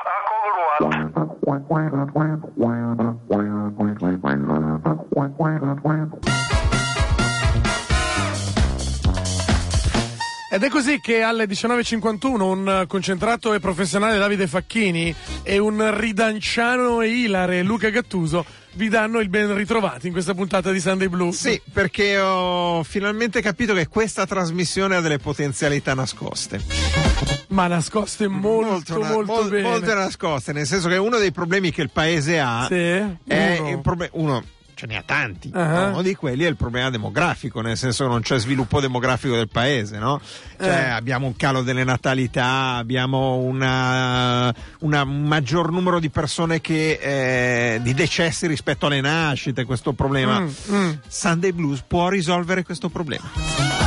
Ed è così che alle 19.51 un concentrato e professionale Davide Facchini e un ridanciano e ilare Luca Gattuso vi danno il ben ritrovati in questa puntata di Sunday Blues. Sì, perché ho finalmente capito che questa trasmissione ha delle potenzialità nascoste. Ma nascoste molto bene. Molto nascoste, nel senso che uno dei problemi che il paese ha è il problema. Ce ne ha tanti, uno di quelli è il problema demografico, nel senso che non c'è sviluppo demografico del paese, no? Cioè abbiamo un calo delle natalità, abbiamo un maggior numero di persone che di decessi rispetto alle nascite, questo problema. Sunday Blues può risolvere questo problema.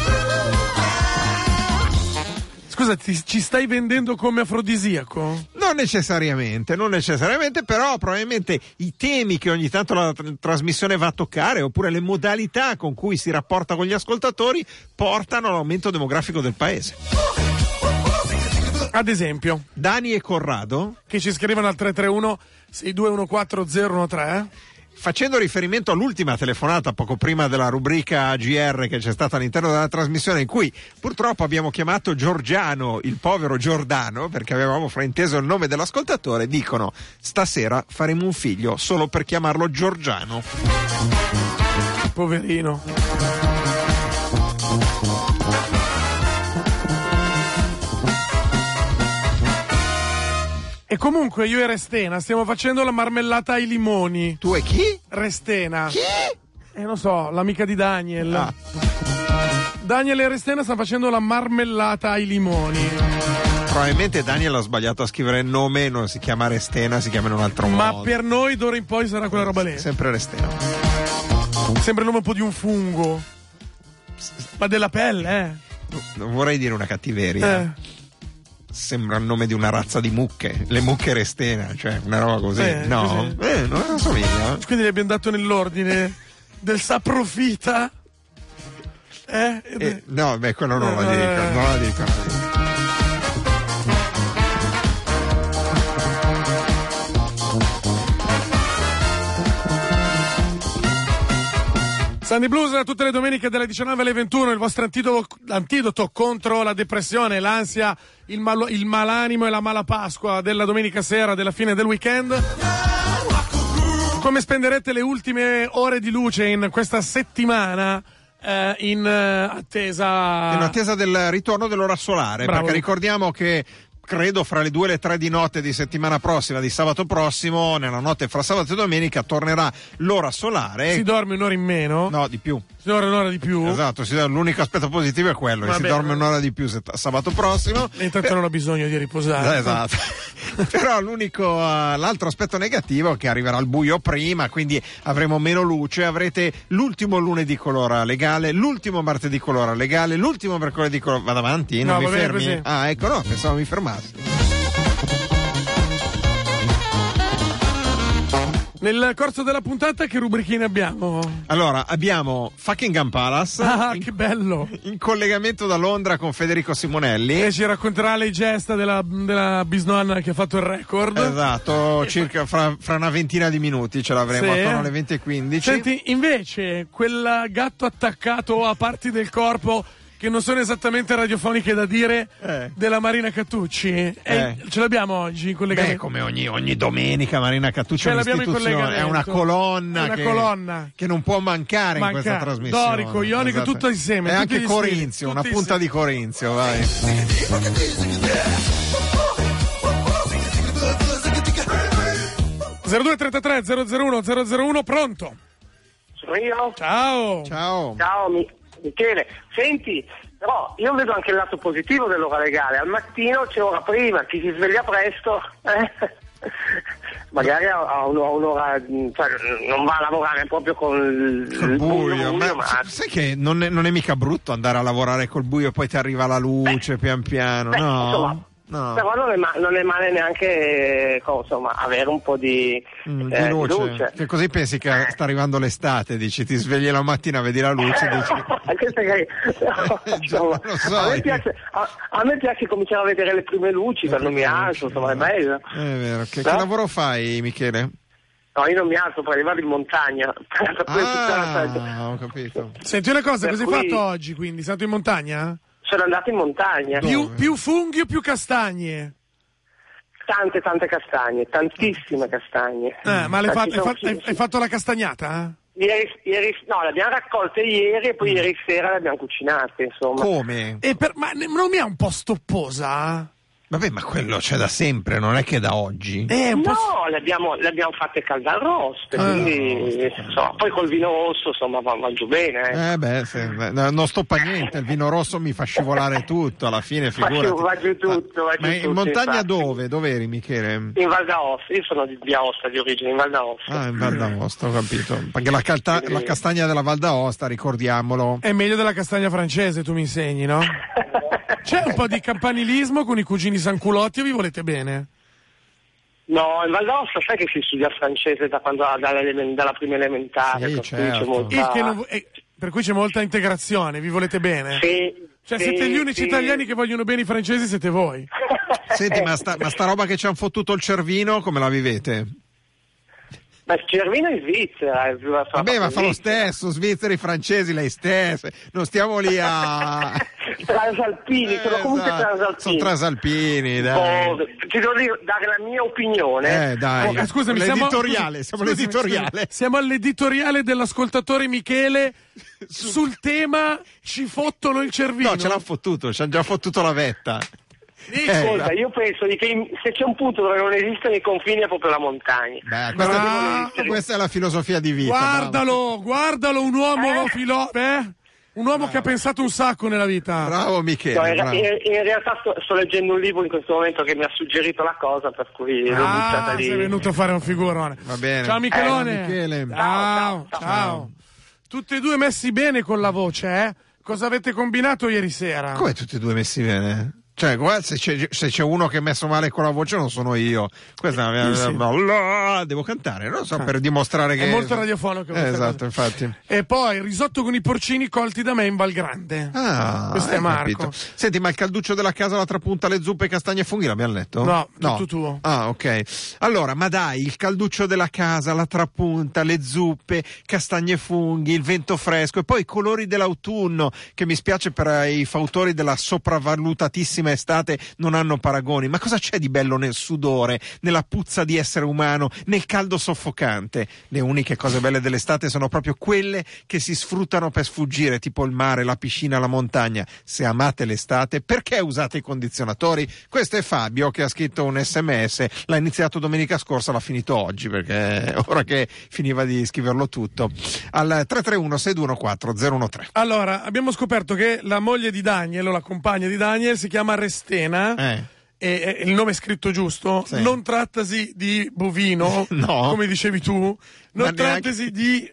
Scusa, ci stai vendendo come afrodisiaco? Non necessariamente, però probabilmente i temi che ogni tanto la trasmissione va a toccare, oppure le modalità con cui si rapporta con gli ascoltatori, portano all'aumento demografico del paese. Ad esempio, Dani e Corrado, che ci scrivono al 331-6214-013. Facendo riferimento all'ultima telefonata poco prima della rubrica GR che c'è stata all'interno della trasmissione, in cui purtroppo abbiamo chiamato Giorgiano il povero Giordano perché avevamo frainteso il nome dell'ascoltatore, dicono: stasera faremo un figlio solo per chiamarlo Giorgiano. Poverino. E comunque io e Restena stiamo facendo la marmellata ai limoni. Tu e chi? Restena. Chi? Non so, l'amica di Daniel. Ah. Daniel e Restena stanno facendo la marmellata ai limoni. Probabilmente Daniel ha sbagliato a scrivere il nome, non si chiama Restena, si chiama in un altro modo. Ma per noi d'ora in poi sarà quella roba lì. Sempre Restena. Sembra il nome un po' di un fungo. Ma della pelle, Non vorrei dire una cattiveria. Sembra il nome di una razza di mucche, le mucche Restena, cioè una roba così. No, così. Non somiglia. Quindi le abbiamo dato nell'ordine del saprofita. No, quello non la dico. Sunday Blues tutte le domeniche dalle 19 alle 21, il vostro antidoto contro la depressione, l'ansia, il malanimo e la mala Pasqua della domenica sera, della fine del weekend. Come spenderete le ultime ore di luce in questa settimana in attesa del ritorno dell'ora solare? Bravo. Perché ricordiamo che credo fra le 2 e le 3 di notte di settimana prossima, di sabato prossimo, nella notte fra sabato e domenica tornerà l'ora solare. Si dorme un'ora in meno? No, di più. Si dorme un'ora di più? Esatto, l'unico aspetto positivo è quello, si dorme un'ora di più sabato prossimo. E intanto non ho bisogno di riposare. Esatto. Però l'altro aspetto negativo è che arriverà il buio prima, quindi avremo meno luce, avrete l'ultimo lunedì con l'ora legale, l'ultimo martedì con l'ora legale, l'ultimo mercoledì con... Vado avanti? Non mi fermi? Così. Ah, ecco, no, pensavo mi fermassi. Nel corso della puntata che rubrichine abbiamo? Allora, abbiamo Buckingham Palace. Che bello! In collegamento da Londra con Federico Simonelli. E ci racconterà le gesta della bisnonna che ha fatto il record. Esatto, circa fra una ventina di minuti ce l'avremo, attorno alle 20:15. Senti, invece, quel gatto attaccato a parti del corpo che non sono esattamente radiofoniche da dire della Marina Cattucci, ce l'abbiamo oggi in collegamento. Come ogni domenica Marina Cattucci è un'istituzione, è una colonna che non può mancare in questa trasmissione. Dorico, Ionico, esatto. tutto insieme. E anche Corinzio, una punta di Corinzio, vai. 0233 001 001, pronto? Sono io? Ciao. Ciao Michele, senti, però io vedo anche il lato positivo dell'ora legale. Al mattino c'è ora prima, chi si sveglia presto magari ha un'ora, cioè non va a lavorare proprio con il buio, ma sai che non è mica brutto andare a lavorare col buio e poi ti arriva la luce pian piano, no? Insomma, No. Però non è male neanche insomma, avere un po' di luce. Che così pensi che sta arrivando l'estate, dici, ti svegli la mattina, vedi la luce, dici... Insomma, lo so, a me piace cominciare a vedere le prime luci quando mi alzo, insomma, è bello. È vero. Che lavoro fai, Michele? No, io non mi alzo, poi vado in montagna. Ho capito. Senti una cosa, cosa hai cui... fatto oggi quindi? Sei andato in montagna? Sono andato in montagna. Più funghi o più castagne? Tante castagne, tantissime castagne. Ma hai fatto la castagnata? Ieri, no, le abbiamo raccolte ieri e poi ieri sera le abbiamo cucinate, insomma. Come? Ma non mi è un po' stopposa? Vabbè, ma quello c'è da sempre, non è che da oggi. No, le abbiamo fatte calda arroste, quindi poi col vino rosso, insomma, va giù bene. Non stoppa niente, il vino rosso mi fa scivolare tutto, alla fine figurati. Va giù tutto, ma in montagna dove? Dove eri, Michele? In Val d'Aosta, io sono di Aosta di origine, in Val d'Aosta. Ah, in Val d'Aosta, ho capito. Perché la castagna della Val d'Aosta, ricordiamolo. È meglio della castagna francese, tu mi insegni, no? C'è un po' di campanilismo con i cugini Sanculotti o vi volete bene? No, in Val d'Aosta sai che si studia francese dalla prima elementare. Sì, certo. Per cui c'è molta integrazione, vi volete bene? Sì. Cioè siete gli unici italiani che vogliono bene i francesi, siete voi. Senti, ma sta roba che ci hanno fottuto il cervino, come la vivete? Ma il cervino in Svizzera. Vabbè, ma fa lo stesso, svizzeri, francesi, lei stessa. Non stiamo lì a... Transalpini, sono comunque transalpini. Sono transalpini, dai. Ti devo dare la mia opinione. Dai. Scusami, l'editoriale. Siamo all'editoriale dell'ascoltatore Michele sul tema ci fottono il cervino. No, ce l'hanno fottuto, ci hanno già fottuto la vetta. Ascolta, io penso che se c'è un punto dove non esistono i confini è proprio la montagna. Questa è la filosofia di vita. Guardalo, un uomo un uomo che ha pensato un sacco nella vita. Bravo Michele. No, in realtà sto leggendo un libro in questo momento che mi ha suggerito la cosa, per cui l'ho buttata lì. Sei venuto a fare un figurone. Va bene. Ciao Michelone. Michele. Ciao. Tutti e due messi bene con la voce, eh? Cosa avete combinato ieri sera? Come tutti e due messi bene? Cioè, guarda, se c'è uno che è messo male con la voce non sono io. Questa devo cantare, non so, per dimostrare che è molto radiofonico. Esatto, infatti. E poi risotto con i porcini colti da me in Val Grande. Questo è Marco. Capito. Senti, ma il calduccio della casa, la trapunta, le zuppe, castagne e funghi l'abbiamo letto? No, tutto tuo. Ah, ok. Allora, ma dai, il calduccio della casa, la trapunta, le zuppe, castagne e funghi, il vento fresco e poi i colori dell'autunno, che mi spiace per i fautori della sopravvalutatissima estate, non hanno paragoni. Ma cosa c'è di bello nel sudore, nella puzza di essere umano, nel caldo soffocante? Le uniche cose belle dell'estate sono proprio quelle che si sfruttano per sfuggire, tipo il mare, la piscina, la montagna. Se amate l'estate, perché usate i condizionatori? Questo è Fabio che ha scritto un SMS, l'ha iniziato domenica scorsa, l'ha finito oggi perché ora che finiva di scriverlo tutto. Al 331 6214 013. Allora, abbiamo scoperto che la moglie di Daniel, o la compagna di Daniel, si chiama Restena. E il nome è scritto giusto, sì. Non trattasi di bovino, no, come dicevi tu, non trattasi di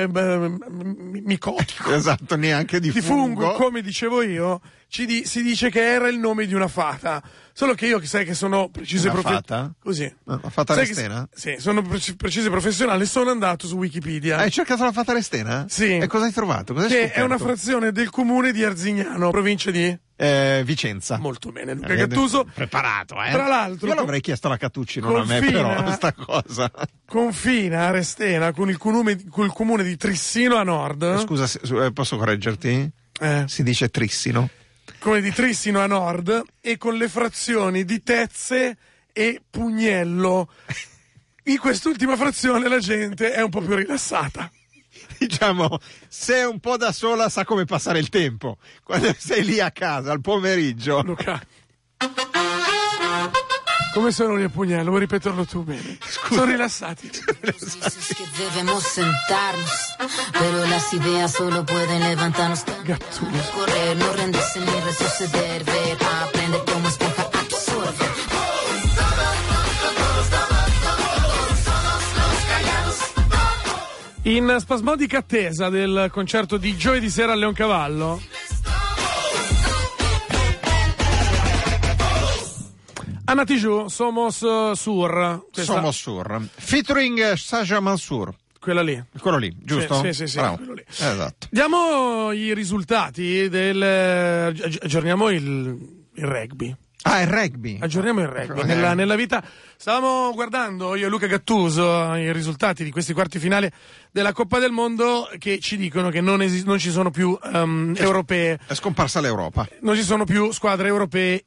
micotico, esatto, neanche di fungo, come dicevo io. Si dice che era il nome di una fata, solo che io sai che sono precise fata? Così. La fata Restena? Sì, sono precise professionale, sono andato su Wikipedia. Hai cercato la fata Restena? Sì. E cosa hai trovato? Cosa hai che scoperto? È una frazione del comune di Arzignano, provincia di Vicenza. Molto bene, Luca Gattuso. Preparato, Tra l'altro, io l'avrei chiesto alla Catucci, non a me, però, questa cosa. Confina Restena con il comune di Trissino a nord. Scusa, posso correggerti? Si dice Trissino. Come di Trissino a nord, e con le frazioni di Tezze e Pugnello. In quest'ultima frazione la gente è un po' più rilassata. Diciamo, se è un po' da sola sa come passare il tempo. Quando sei lì a casa al pomeriggio. Luca, come sono lì a Pugnello? Vuoi ripeterlo tu bene? Scusa. Sono rilassati. Debemos sentarnos, pero las ideas solo pueden levantarnos. Gattuso. Correr, no rendirse ni retroceder, ver, aprender como esponja absorber. In spasmodica attesa del concerto di giovedì sera a Leoncavallo, Andati giù, Somos Sur. Somos Sur. Featuring Saja Mansour. Quella lì. Quello lì, giusto? Sì, Bravo. quello lì. Esatto. Diamo i risultati aggiorniamo il rugby. Ah, il rugby. Aggiorniamo il rugby. Nella vita stavamo guardando io e Luca Gattuso i risultati di questi quarti finali della Coppa del Mondo che ci dicono che non ci sono più europee. È scomparsa l'Europa. Non ci sono più squadre europee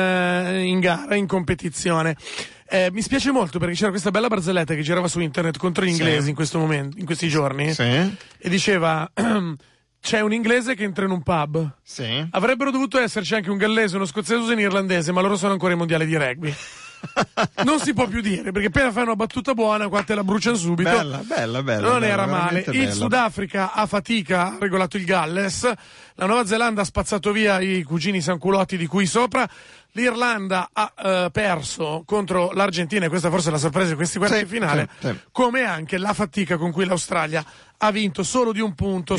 in gara, in competizione. Mi spiace molto perché c'era questa bella barzelletta che girava su internet contro gli inglesi in questo momento, in questi giorni, e diceva c'è un inglese che entra in un pub. Sì. Avrebbero dovuto esserci anche un gallese, uno scozzese e un irlandese, ma loro sono ancora ai mondiali di rugby. Non si può più dire, perché appena fanno una battuta buona, qua te la bruciano subito. Bella. Non era male. Il Sudafrica a fatica ha regolato il Galles, la Nuova Zelanda ha spazzato via i cugini sanculotti di cui sopra, l'Irlanda ha perso contro l'Argentina, e questa forse è la sorpresa di questi quarti finale, come anche la fatica con cui l'Australia ha vinto solo di un punto,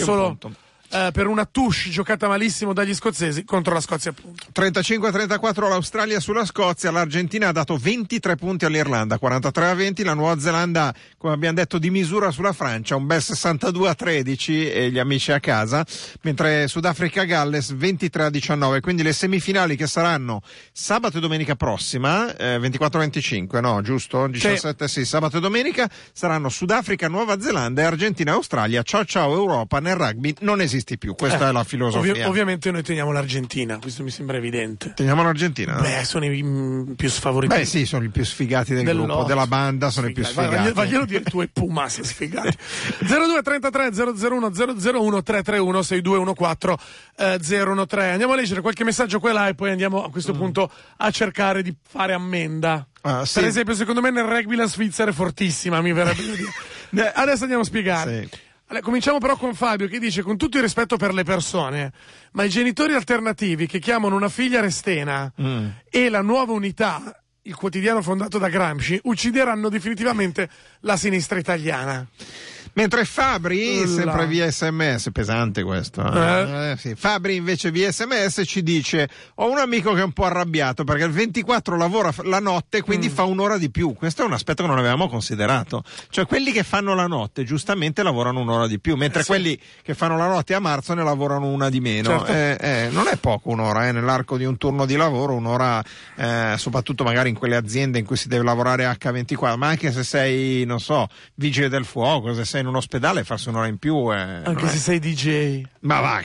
per una touche giocata malissimo dagli scozzesi contro la Scozia, appunto. 35-34 l'Australia sulla Scozia, l'Argentina ha dato 23 punti all'Irlanda, 43-20, la Nuova Zelanda, come abbiamo detto, di misura sulla Francia, un bel 62-13 e gli amici a casa, mentre Sudafrica-Galles 23-19, quindi le semifinali che saranno sabato e domenica prossima, 24-25, no, giusto? 17, sì, sabato e domenica saranno Sudafrica-Nuova Zelanda e Argentina-Australia. Ciao Europa, nel rugby non esiste più, questa è la filosofia. Ovviamente noi teniamo l'Argentina, questo mi sembra evidente. Teniamo l'Argentina? No? Beh, sono i più sfavoriti. Beh sì, sono i più sfigati del gruppo, della banda, sono i più sfigati. Vaglielo dire tu e Pumas sfigati. 02 33 001 001 331 6214 013. Andiamo a leggere qualche messaggio qua e là e poi andiamo a questo punto a cercare di fare ammenda. Sì. Per esempio, secondo me nel rugby la Svizzera è fortissima, mi verrebbe da dire. Adesso andiamo a spiegare. Sì. Allora, cominciamo però con Fabio che dice: con tutto il rispetto per le persone, ma i genitori alternativi che chiamano una figlia Restena e la Nuova Unità, il quotidiano fondato da Gramsci, uccideranno definitivamente la sinistra italiana. Mentre Fabri, sempre via SMS, pesante questo. Sì. Fabri invece via SMS ci dice: ho un amico che è un po' arrabbiato perché il 24 lavora la notte, quindi fa un'ora di più. Questo è un aspetto che non avevamo considerato. Cioè quelli che fanno la notte giustamente lavorano un'ora di più, mentre quelli che fanno la notte a marzo ne lavorano una di meno. Certo. Non è poco un'ora, nell'arco di un turno di lavoro, un'ora, soprattutto magari in quelle aziende in cui si deve lavorare H24, ma anche se sei, non so, vigile del fuoco, se sei in un ospedale, farsi un'ora in più anche se sei DJ, ma vai,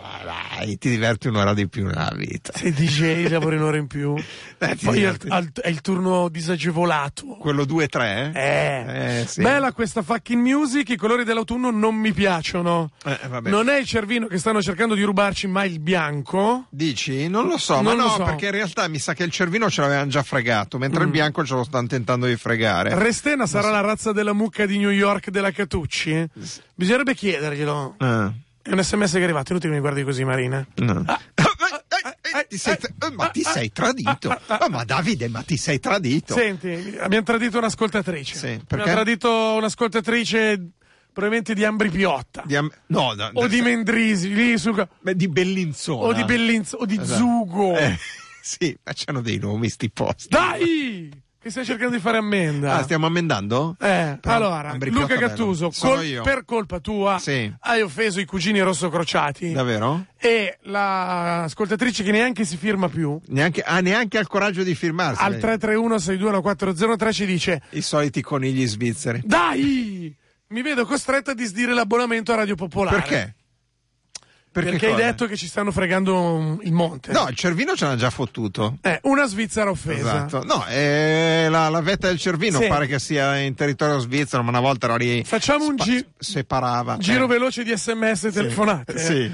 ti diverti un'ora di più nella vita. Sei DJ, lavori un'ora in più. Poi è il turno disagevolato, quello 2-3. Sì. Bella questa fucking music. I colori dell'autunno non mi piacciono. Non è il cervino che stanno cercando di rubarci, ma il bianco. Dici? Non lo so, perché in realtà mi sa che il cervino ce l'avevano già fregato, mentre il bianco ce lo stanno tentando di fregare. Restena sarà la razza della mucca di New York della Catucci? Bisognerebbe chiederglielo. È un SMS che è arrivato, inutile che mi guardi così, Marina. Ti sei tradito. Ma Davide, ma ti sei tradito. Senti, abbiamo tradito un'ascoltatrice. Sì, perché? Abbiamo tradito un'ascoltatrice probabilmente di Ambri Piotta. O di Mendrisi, lì di Bellinzona. O di Bellinzona, o di Zugo. Sì, ma c'hanno dei nomi sti posti. Dai! Che stai cercando di fare ammenda? Stiamo ammendando? Allora, Luca Gattuso, per colpa tua hai offeso i cugini rossocrociati. Davvero? E l'ascoltatrice che neanche si firma più. Neanche ha il coraggio di firmarsi. Al 331-621-403 ci dice: i soliti conigli svizzeri. Dai! Mi vedo costretta a disdire l'abbonamento a Radio Popolare. Perché? Perché hai detto che ci stanno fregando il monte. No, il cervino ce l'ha già fottuto. Una Svizzera offesa. Esatto. No, la vetta del cervino pare che sia in territorio svizzero, ma una volta era lì. Facciamo un separava. Giro veloce di SMS e telefonate. Sì.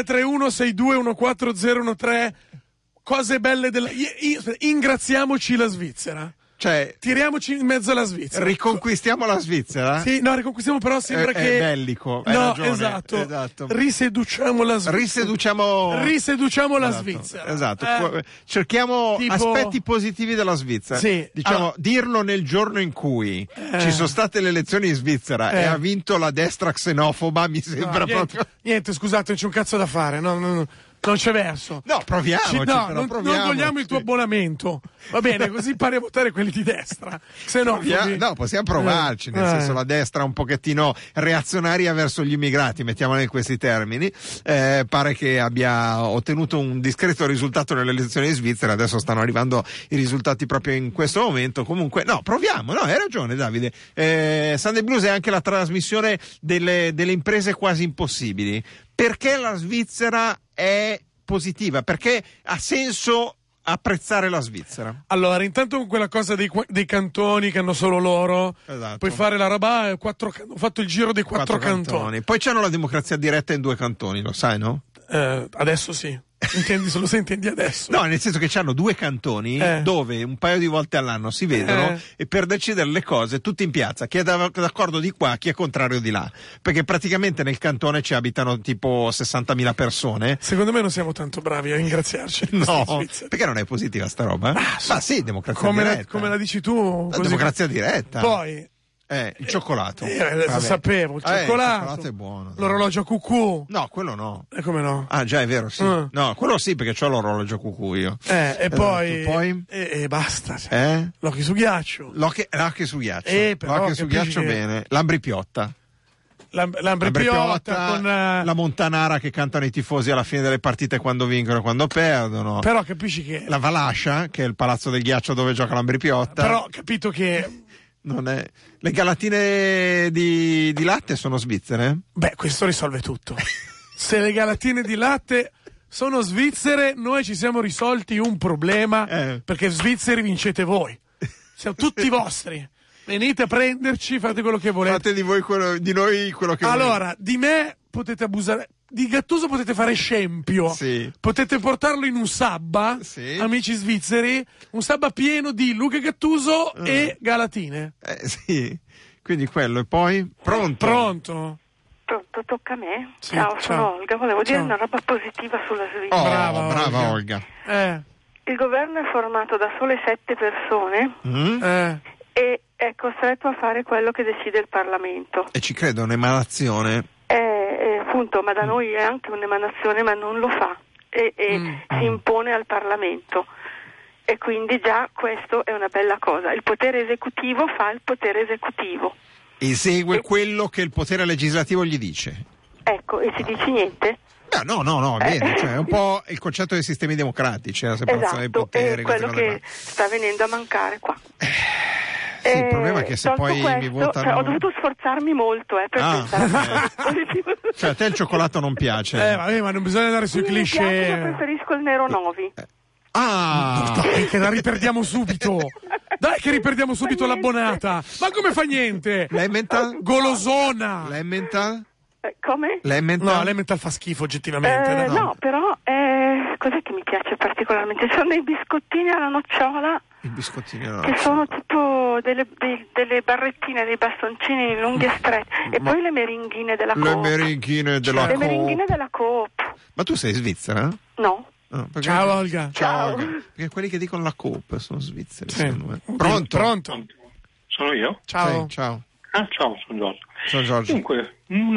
331-621-403. Cose belle ingraziamoci la Svizzera. Cioè, tiriamoci in mezzo alla Svizzera. Riconquistiamo la Svizzera? Sì, no, riconquistiamo, però sembra che è bellico. Hai no, ragione, esatto. Riseduciamo la Svizzera. Riseduciamo la Svizzera. Esatto. Cerchiamo aspetti positivi della Svizzera. Sì. Diciamo, dirlo nel giorno in cui ci sono state le elezioni in Svizzera e ha vinto la destra xenofoba, mi sembra proprio. Niente, scusate, c'è un cazzo da fare. No. Non c'è verso. No, proviamoci, non vogliamo il tuo abbonamento. Va bene, così impari a votare quelli di destra. Se no, no, possiamo provarci, nel senso la destra un pochettino reazionaria verso gli immigrati, mettiamola in questi termini. Pare che abbia ottenuto un discreto risultato nelle elezioni in Svizzera, adesso stanno arrivando i risultati proprio in questo momento. Comunque, no, proviamo, no, hai ragione Davide. Sunday Blues è anche la trasmissione delle imprese quasi impossibili. Perché la Svizzera è positiva? Perché ha senso apprezzare la Svizzera? Allora, intanto con quella cosa dei cantoni che hanno solo loro, esatto. Puoi fare la roba, ho fatto il giro dei quattro cantoni. Poi c'hanno la democrazia diretta in 2 cantoni, lo sai, no? Adesso sì. Intendi solo se intendi adesso? No, nel senso che c'hanno 2 cantoni dove un paio di volte all'anno si vedono e per decidere le cose tutti in piazza, chi è d'accordo di qua, chi è contrario di là, perché praticamente nel cantone ci abitano tipo 60.000 persone. Secondo me non siamo tanto bravi a ringraziarci. No, perché non è positiva sta roba? Ma sì, democrazia diretta. Come la dici tu? La democrazia diretta. Poi il cioccolato. Adesso sapevo, il cioccolato è buono. L'orologio a cucù. No, quello no. E come no? Ah, già, è vero, sì. No, quello sì, perché c'ho l'orologio a cucù io. E poi? E basta. L'occhi su ghiaccio. L'occhi su ghiaccio. Però l'occhi su ghiaccio bene. L'ambripiotta. L'ambripiotta con la Montanara che cantano i tifosi alla fine delle partite quando vincono e quando perdono. Però capisci che la Valascia, che è il palazzo del ghiaccio dove gioca l'ambripiotta. Però capito che non è. Le galatine di latte sono svizzere? Beh, questo risolve tutto. Se le galatine di latte sono svizzere, noi ci siamo risolti un problema, perché svizzeri vincete voi. Siamo tutti vostri. Venite a prenderci, fate quello che volete. Fate di noi quello che volete. Allora, di me potete abusare. Di Gattuso potete fare scempio. Sì. Potete portarlo in un sabba, amici svizzeri, un sabba pieno di Luca Gattuso e galatine. Sì. Quindi quello e poi Pronto, tocca a me. Sì, ciao, sono Olga. Volevo dire una roba positiva sulla Svizzera. Brava Olga. Il governo è formato da sole 7 persone e è costretto a fare quello che decide il Parlamento. E ci credo, un'emanazione. Appunto, ma da noi è anche un'emanazione, ma non lo fa e si impone al Parlamento. E quindi già questo è una bella cosa. Il potere esecutivo fa il potere esecutivo. Esegue quello che il potere legislativo gli dice. Ecco, e si dice niente? No, bene, cioè è un po' il concetto dei sistemi democratici, la separazione dei poteri. È quello che sta venendo a mancare qua. Sì, il problema è che se poi questo, mi votano... ho dovuto sforzarmi molto per pensare positivo. Cioè a te il cioccolato non piace? Vabbè, ma non bisogna andare sui cliché. Io preferisco il Nero Novi. Dai, che la riperdiamo subito. Dai, che riperdiamo subito l'abbonata. Ma come fa niente? L'Emmental? Golosona. L'Emmental? Come? L'Emmental? No, l'Emmental fa schifo oggettivamente. No, però cos'è che mi piace particolarmente? Ci sono dei biscottini alla nocciola. I biscottini alla che sono tipo delle barrettine, dei bastoncini lunghi e stretti. E poi le meringhine della Coop. Le meringhine della Coop. Ma tu sei svizzera? No. Ciao Olga. Ciao Olga. Perché quelli che dicono la Coop sono svizzeri. Sì. Pronto? Sono io? Ciao. Sì, ciao. Ciao, sono Giorgio. Sono Giorgio. Dunque,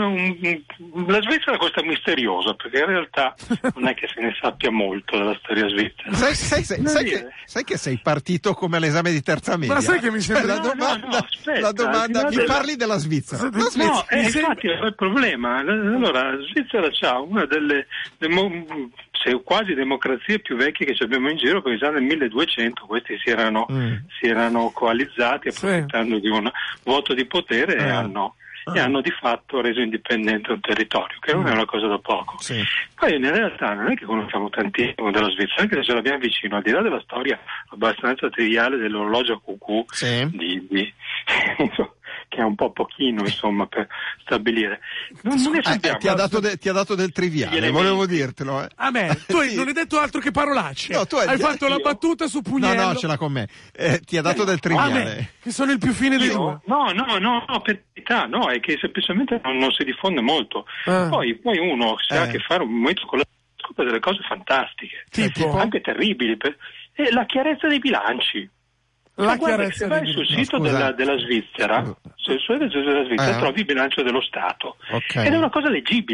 la Svizzera è questa misteriosa, perché in realtà non è che se ne sappia molto della storia svizzera. Sai che sei partito come all'esame di terza media? Ma sai che mi sembra la domanda mi parli della Svizzera? Infatti è il problema. Allora, la Svizzera ha una delle quasi democrazie più vecchie che abbiamo in giro, perché già nel 1200 questi si erano coalizzati approfittando di un voto di potere e hanno di fatto reso indipendente un territorio, che non è una cosa da poco. Sì. Poi in realtà non è che conosciamo tantissimo della Svizzera, anche se ce l'abbiamo vicino, al di là della storia abbastanza triviale dell'orologio a cucù, che è un po' pochino, insomma, per stabilire. Non ne sappiamo. Ti ha dato del triviale, volevo dirtelo. A me, tu non hai detto altro che parolacce. No, tu hai fatto la battuta su Pugnello. No, ce l'ha con me. Ti ha dato del triviale. A me, che sono il più fine dei due. No, per carità, no, è che semplicemente non si diffonde molto. Poi uno, se ha a che fare un momento con la scopre delle cose fantastiche, tipo? Anche terribili, e la chiarezza dei bilanci. Se vai sul sito della Svizzera, trovi il bilancio dello Stato, ed è una cosa leggibile.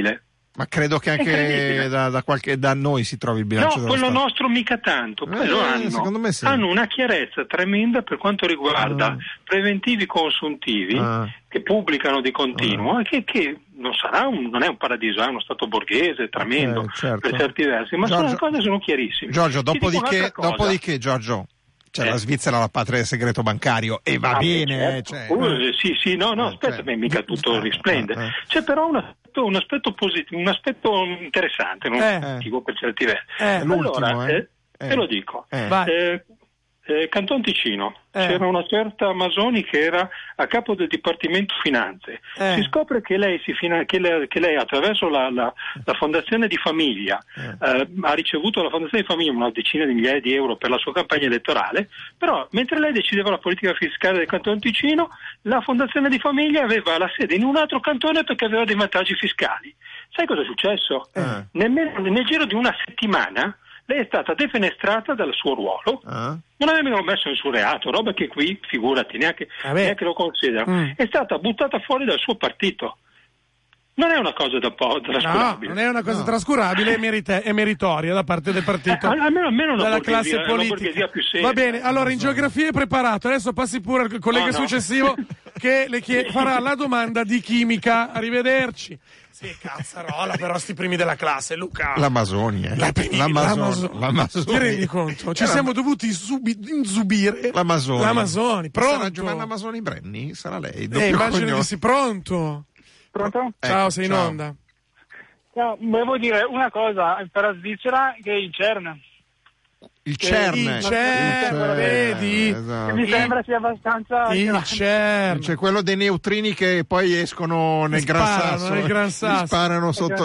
Ma credo che anche da noi si trovi il bilancio dello quello Stato. nostro mica tanto. Secondo me sì. Hanno una chiarezza tremenda per quanto riguarda preventivi consuntivi che pubblicano di continuo e che non è un paradiso, è uno Stato borghese tremendo certo. per certi versi, ma sono chiarissime. Giorgio, dopodiché Giorgio, c'è la Svizzera, la patria del segreto bancario, e va bene. Certo. Aspetta, mica tutto risplende. C'è però un aspetto positivo, un aspetto interessante, non positivo per certi versi. Allora, te lo dico. Canton Ticino, c'era una certa Masoni che era a capo del Dipartimento Finanze. Si scopre che lei attraverso la fondazione di famiglia ha ricevuto la fondazione di famiglia una decina di migliaia di euro per la sua campagna elettorale, però mentre lei decideva la politica fiscale del Canton Ticino, la fondazione di famiglia aveva la sede in un altro cantone perché aveva dei vantaggi fiscali. Sai cosa è successo? Nel giro di una settimana lei è stata defenestrata dal suo ruolo, non avevano messo nessun reato, roba che qui, figurati, neanche lo considerano, è stata buttata fuori dal suo partito. Non è una cosa trascurabile. No, non è una cosa trascurabile, è meritoria da parte del partito, almeno dalla classe politica. Più seria. Va bene, allora in geografia è preparato, adesso passi pure al collega successivo che farà la domanda di chimica. Arrivederci. Sì, cazzarola, però sti primi della classe, Luca. La Masoni, La Masoni. Ti rendi conto? Ci siamo dovuti inzubire. La Masoni. Pronto? Sarà Giovanna Masoni Brenni? Sarà lei? Immagino che sia pronto. Pronto? Ciao, sei in onda. No, volevo dire una cosa per la Svizzera, che è il CERN. Il CERN, vedi? Esatto. Mi sembra sia abbastanza il CERN. C'è quello dei neutrini che poi escono nel Gran Sasso. Sparano sotto.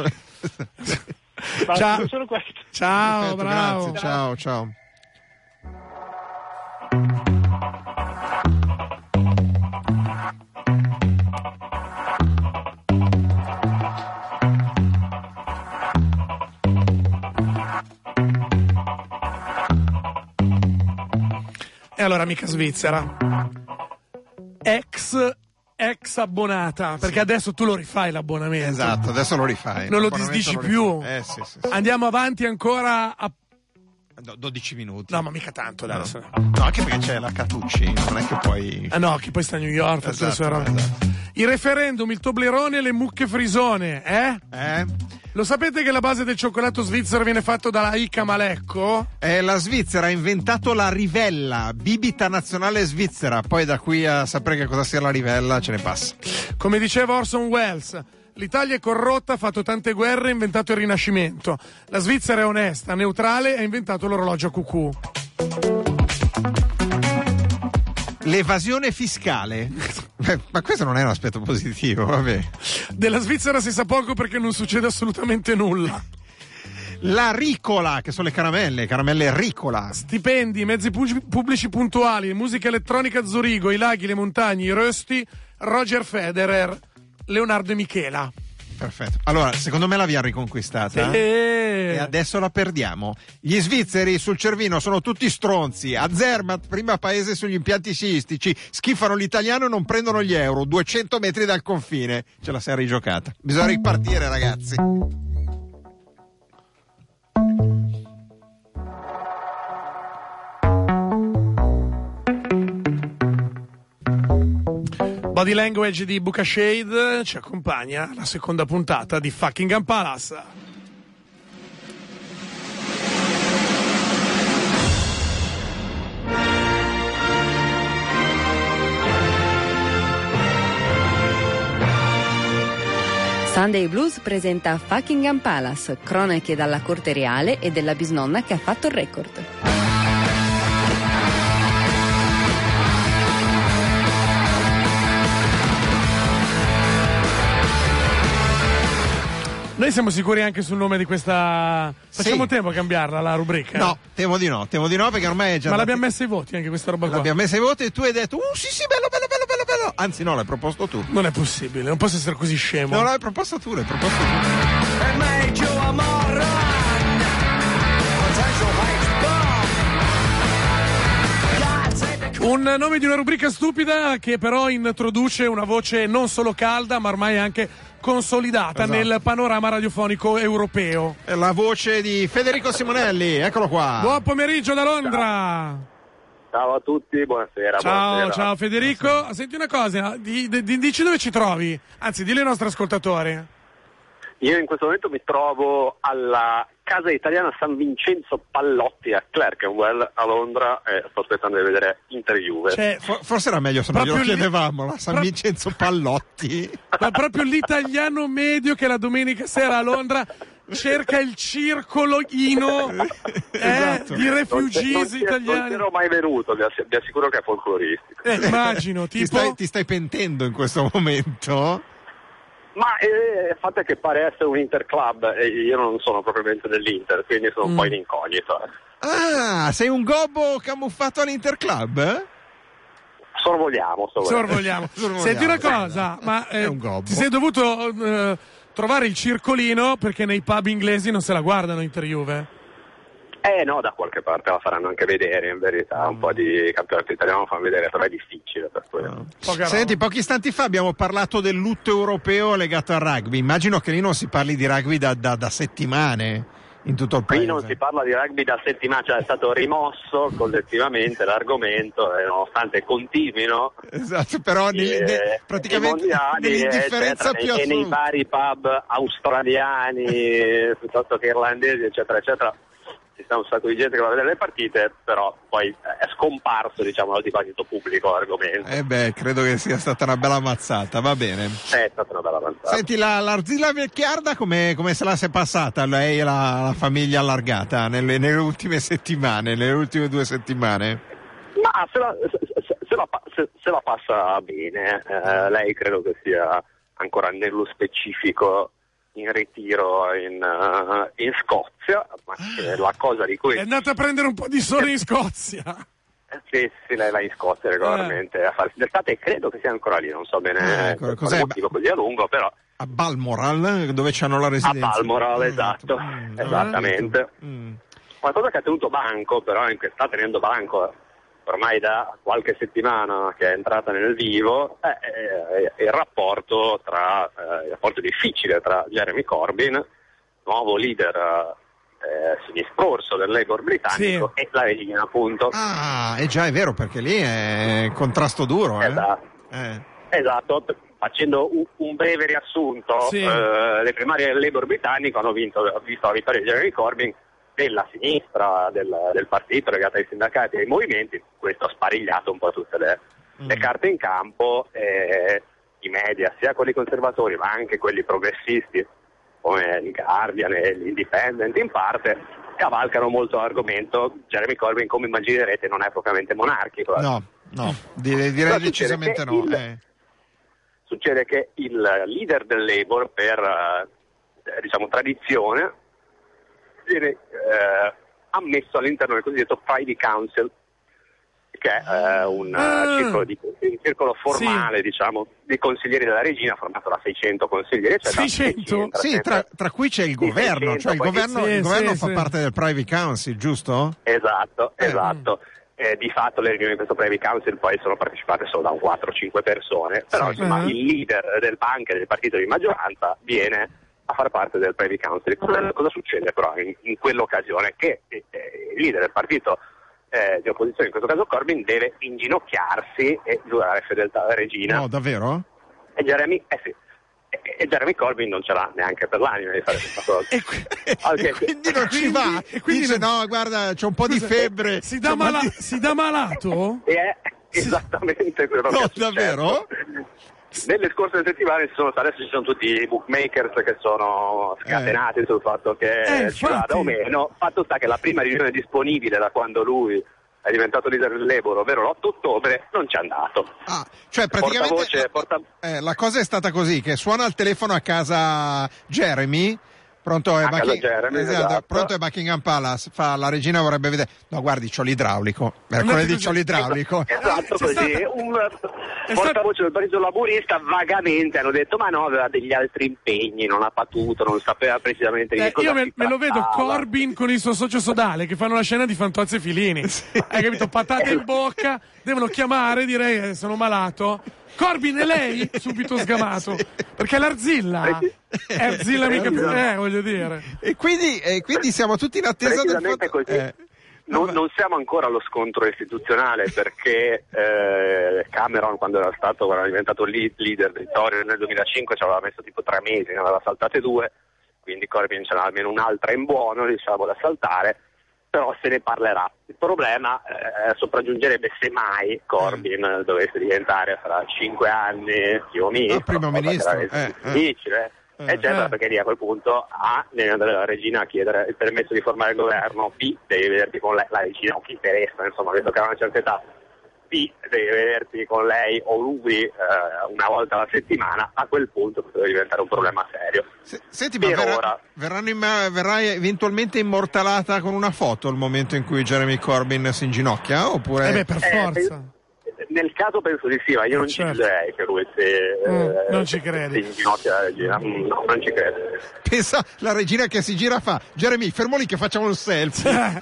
Ciao. Solo questo. Ciao, Perfetto, bravo. Grazie, ciao. E allora, amica svizzera, ex abbonata, perché adesso tu lo rifai l'abbonamento. Esatto, adesso lo rifai. Non lo disdici più. Sì. Andiamo avanti ancora a 12 minuti. No, ma mica tanto, dai. No, anche perché c'è la Catucci, non è che poi... che poi sta a New York, tutte le sue robe. Esatto. Il referendum, il Toblerone e le mucche frisone, Lo sapete che la base del cioccolato svizzero viene fatto dalla Ica Malecco? La Svizzera ha inventato la Rivella, bibita nazionale svizzera. Poi da qui a sapere che cosa sia la Rivella ce ne passa. Come diceva Orson Welles, l'Italia è corrotta, ha fatto tante guerre, ha inventato il Rinascimento. La Svizzera è onesta, neutrale, ha inventato l'orologio a cucù. L'evasione fiscale. Ma questo non è un aspetto positivo, vabbè. Della Svizzera si sa poco perché non succede assolutamente nulla. La Ricola, che sono le caramelle Ricola. Stipendi, mezzi pubblici puntuali, musica elettronica a Zurigo, i laghi, le montagne, i rösti, Roger Federer, Leonardo e Michela. Perfetto. Allora, secondo me l'abbiamo riconquistata. Sì. E adesso la perdiamo. Gli svizzeri sul Cervino sono tutti stronzi. A Zermatt, prima paese sugli impianti sciistici, schifano l'italiano e non prendono gli euro. 200 metri dal confine. Ce la sei rigiocata. Bisogna ripartire, ragazzi. Body Language di Buca Shade ci accompagna alla seconda puntata di Fucking Palace. Sunday Blues presenta Fucking Palace, cronache dalla corte reale e della bisnonna che ha fatto il record. Noi siamo sicuri anche sul nome di questa... Facciamo tempo a cambiarla la rubrica? No, temo di no perché ormai è già... Ma l'abbiamo messa ai voti anche questa roba qua? L'abbiamo messa ai voti e tu hai detto sì, bello. Anzi no, l'hai proposto tu. Non è possibile, non posso essere così scemo. No, l'hai proposto tu. Un nome di una rubrica stupida che però introduce una voce non solo calda ma ormai anche consolidata nel panorama radiofonico europeo. La voce di Federico Simonelli, eccolo qua. Buon pomeriggio da Londra. Ciao a tutti, buonasera. Ciao Federico. Buonasera. Senti una cosa, dici dove ci trovi? Anzi, dillo ai nostri ascoltatori. Io in questo momento mi trovo alla Casa Italiana San Vincenzo Pallotti a Clerkenwell a Londra e sto aspettando di vedere Inter-Juve. Cioè, forse era meglio se non glielo chiedevamo, la San Vincenzo Pallotti. Ma proprio l'italiano medio che la domenica sera a Londra cerca il circolino esatto. di refugiati italiani. Non ero mai venuto, vi assicuro che è folcloristico. Immagino, tipo... Ti stai pentendo in questo momento? Ma il fatto è che pare essere un Interclub e io non sono propriamente dell'Inter, quindi sono un po' in incognito. Ah, sei un gobbo camuffato all'Interclub? Sorvoliamo. Senti una cosa, ma ti sei dovuto trovare il circolino perché nei pub inglesi non se la guardano Inter-Juve? No, da qualche parte la faranno anche vedere, in verità, un po' di campionato italiano lo fanno vedere, però è difficile per quello. Senti, pochi istanti fa abbiamo parlato del lutto europeo legato al rugby, immagino che lì non si parli di rugby da settimane in tutto il paese. Qui non si parla di rugby da settimane, cioè è stato rimosso collettivamente l'argomento, nonostante continuino. Esatto, però praticamente nell'indifferenza più assoluta. E nei vari pub australiani, piuttosto che irlandesi, eccetera, eccetera. Ci sta un sacco di gente che va a vedere le partite, però poi è scomparso, diciamo, dal dibattito pubblico l'argomento. Credo che sia stata una bella mazzata, va bene. È stata una bella mazzata. Senti, l'Arzilla Vecchiarda come se la si è passata lei e la famiglia allargata nelle ultime settimane, nelle ultime 2 settimane? Ma se la passa bene, lei credo che sia ancora nello specifico in ritiro in Scozia, ma la cosa di cui... È andata a prendere un po' di sole in Scozia. Sì, lei va in Scozia regolarmente a farsi d'estate e credo che sia ancora lì, non so bene cos'è il motivo così a lungo, però... A Balmoral, dove c'hanno la residenza. A Balmoral, esatto, esattamente. Una cosa che ha tenuto banco, però sta tenendo banco ormai da qualche settimana che è entrata nel vivo, il rapporto difficile tra Jeremy Corbyn, nuovo leader sinistrorso del Labour britannico, e la regina, appunto. Già, è vero, perché lì è contrasto duro. Esatto. Facendo un breve riassunto, le primarie del Labour britannico hanno visto la vittoria di Jeremy Corbyn, della sinistra del partito legata ai sindacati e ai movimenti. Questo ha sparigliato un po' tutte le carte in campo, i media, sia quelli conservatori ma anche quelli progressisti come il Guardian e l'Independent in parte, cavalcano molto l'argomento. Jeremy Corbyn, come immaginerete, non è propriamente monarchico. No, direi decisamente no. Succede che il leader del Labour, per tradizione, viene ammesso all'interno del cosiddetto Privy Council, che è un circolo formale, diciamo, di consiglieri della regina, formato da 600 consiglieri, eccetera. 600? Sì, tra cui c'è il governo, 600, cioè il governo fa parte del Privy Council, giusto? Esatto. Di fatto le riunioni di questo Privy Council poi sono partecipate solo da 4-5 persone, però insomma il leader del banco e del partito di maggioranza viene a far parte del Privy Council. Cosa succede però in quell'occasione? Che il leader del partito di opposizione, in questo caso Corbyn, deve inginocchiarsi e giurare fedeltà alla regina. No, davvero? E Jeremy Corbyn non ce l'ha neanche per l'anima di fare questa cosa. E quindi non ci va. E quindi dice no, guarda, c'è un po' di febbre. Si dà malato? È esattamente quello che è successo. Davvero? Nelle scorse settimane adesso ci sono tutti i bookmakers che sono scatenati sul fatto che ci vada o meno. Fatto sta che la prima riunione disponibile da quando lui è diventato leader del Labour, ovvero l'8 ottobre, non c'è andato. Cioè praticamente la cosa è stata così, che suona il telefono a casa Jeremy. Pronto è Buckingham Palace, la regina vorrebbe vedere. No, guardi, c'ho l'idraulico. Mercoledì c'ho l'idraulico. Esatto, così. Un portavoce del partito laburista vagamente hanno detto ma no, aveva degli altri impegni, non ha potuto, non sapeva precisamente di cosa io me lo vedo Corbyn con il suo socio sodale che fanno la scena di Fantozzi e Filini. Hai capito? Patate in bocca, devono chiamare, direi sono malato. Corbyn e lei? Subito sgamato. Sì. Perché l'Arzilla è Arzilla mica più, voglio dire. E quindi siamo tutti in attesa del fatto... così. Non siamo ancora allo scontro istituzionale perché Cameron quando era diventato leader del Tory nel 2005 ci aveva messo tipo 3 mesi, ne aveva saltate 2, quindi Corbyn ce n'ha almeno un'altra in buono, diciamo, da saltare, però se ne parlerà. Il problema sopraggiungerebbe se mai Corbyn dovesse diventare fra 5 anni primo ministro, primo ministro, difficile. Eccetera, perché lì a quel punto devi andare alla regina a chiedere il permesso di formare il governo, B, devi vederti con lei, la regina o chi interessa, insomma, visto che ha una certa età, B, devi vederti con lei o lui una volta alla settimana. A quel punto potrebbe diventare un problema serio. Senti, ma verrà eventualmente immortalata con una foto il momento in cui Jeremy Corbyn si inginocchia? Oppure... per forza. Nel caso penso di sì, ma io non ci direi che lui non ci credi. Si inginocchia la regina. No, non ci credo. Pensa la regina che si gira fa: Jeremy, fermo lì che facciamo il selfie.